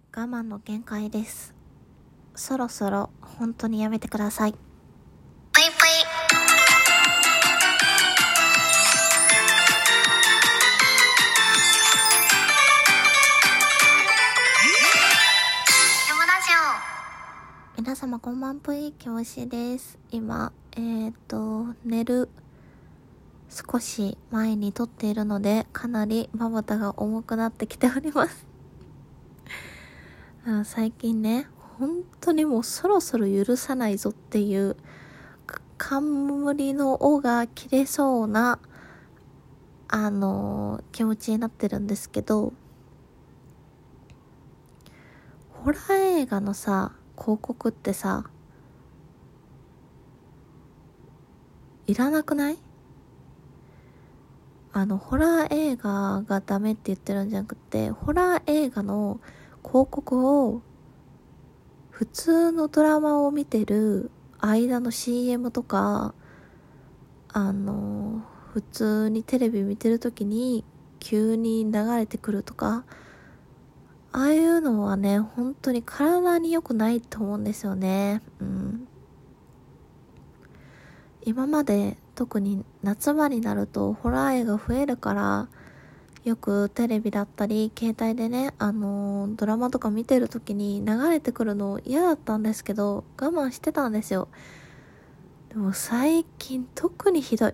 我慢の限界です。そろそろ本当にやめてください。ぷいぷい。皆様こんばんぷい、きょうしです。今、寝る少し前に撮っているので、かなりまぶたが重くなってきております。最近ね、本当にもうそろそろ許さないぞっていう、冠の尾が切れそうな、気持ちになってるんですけど、ホラー映画のさ、広告ってさ、いらなくない？ホラー映画がダメって言ってるんじゃなくて、ホラー映画の広告を普通のドラマを見てる間の CM とか、普通にテレビ見てる時に急に流れてくるとか、ああいうのはね、本当に体に良くないと思うんですよね。今まで特に夏場になるとホラー映画増えるから、よくテレビだったり携帯でね、ドラマとか見てる時に流れてくるの嫌だったんですけど、我慢してたんですよ。でも最近特にひどい。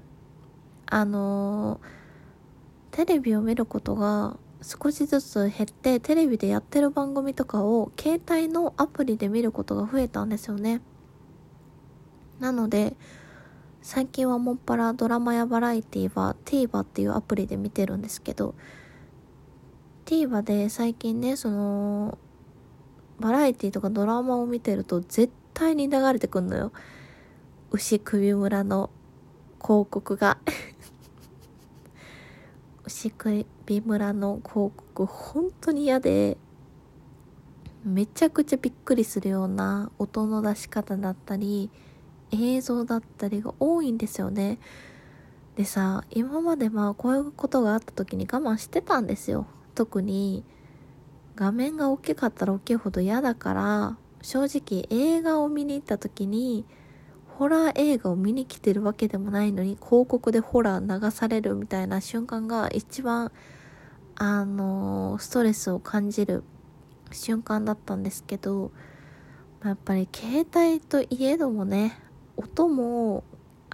テレビを見ることが少しずつ減って、テレビでやってる番組とかを携帯のアプリで見ることが増えたんですよね。なので最近はもっぱらドラマやバラエティは TVer っていうアプリで見てるんですけど、 TVer で最近ね、バラエティとかドラマを見てると絶対に流れてくんのよ、牛首村の広告が牛首村の広告本当に嫌で、めちゃくちゃびっくりするような音の出し方だったり映像だったりが多いんですよね。でさ、今までこういうことがあった時に我慢してたんですよ。特に画面が大きかったら大きいほど嫌だから、正直映画を見に行った時に、ホラー映画を見に来てるわけでもないのに広告でホラー流されるみたいな瞬間が一番ストレスを感じる瞬間だったんですけど、やっぱり携帯といえどもね、音も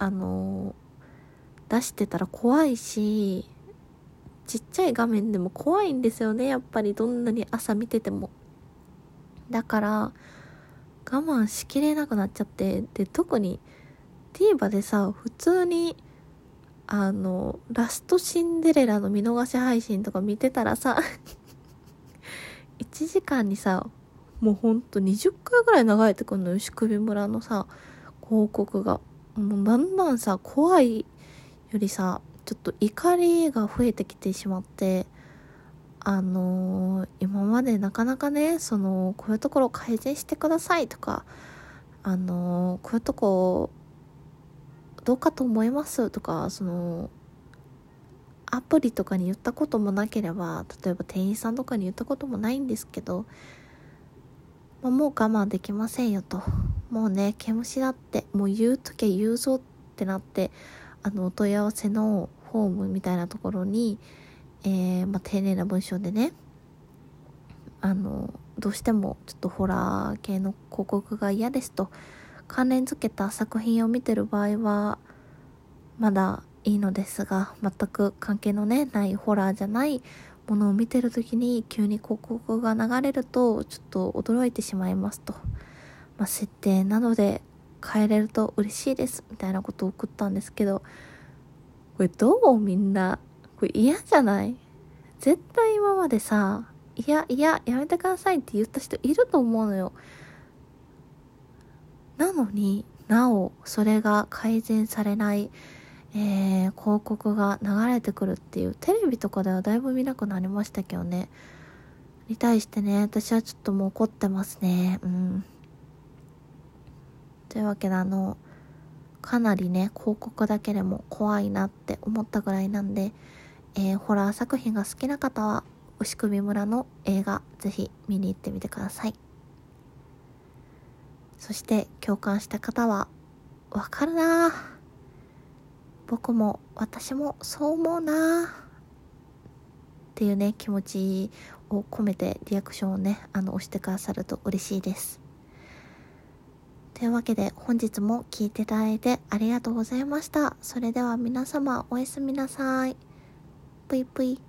出してたら怖いし、ちっちゃい画面でも怖いんですよね、やっぱりどんなに朝見てても。だから我慢しきれなくなっちゃって、で特に TVer でさ、普通にラストシンデレラの見逃し配信とか見てたらさ1時間にさ、もうほんと20回ぐらい流れてくるのよ、牛首村のさ広告が。もうだんだんさ、怖いよりさ、ちょっと怒りが増えてきてしまって、今までなかなかね、こういうところを改善してくださいとか、こういうとこどうかと思いますとか、アプリとかに言ったこともなければ、例えば店員さんとかに言ったこともないんですけど、もう我慢できませんよと。もうね、毛虫だって、もう言うときゃ言うぞってなって、お問い合わせのフォームみたいなところに、丁寧な文章でね、どうしてもちょっとホラー系の広告が嫌ですと、関連付けた作品を見てる場合はまだいいのですが、全く関係のねないホラーじゃないものを見てる時に急に広告が流れるとちょっと驚いてしまいますと、設定などで変えれると嬉しいですみたいなことを送ったんですけど、これどう？みんなこれ嫌じゃない？絶対今までさ、やめてくださいって言った人いると思うのよ。なのになおそれが改善されない、広告が流れてくるっていう、テレビとかではだいぶ見なくなりましたけどね。に対してね、私はちょっともう怒ってますね。というわけでかなりね、広告だけでも怖いなって思ったぐらいなんで、ホラー作品が好きな方は牛首村の映画ぜひ見に行ってみてください。そして共感した方はわかるな、僕も私もそう思うなっていうね気持ちを込めてリアクションをね押してくださると嬉しいです。というわけで本日も聞いていただいてありがとうございました。それでは皆様おやすみなさい。ぷいぷい。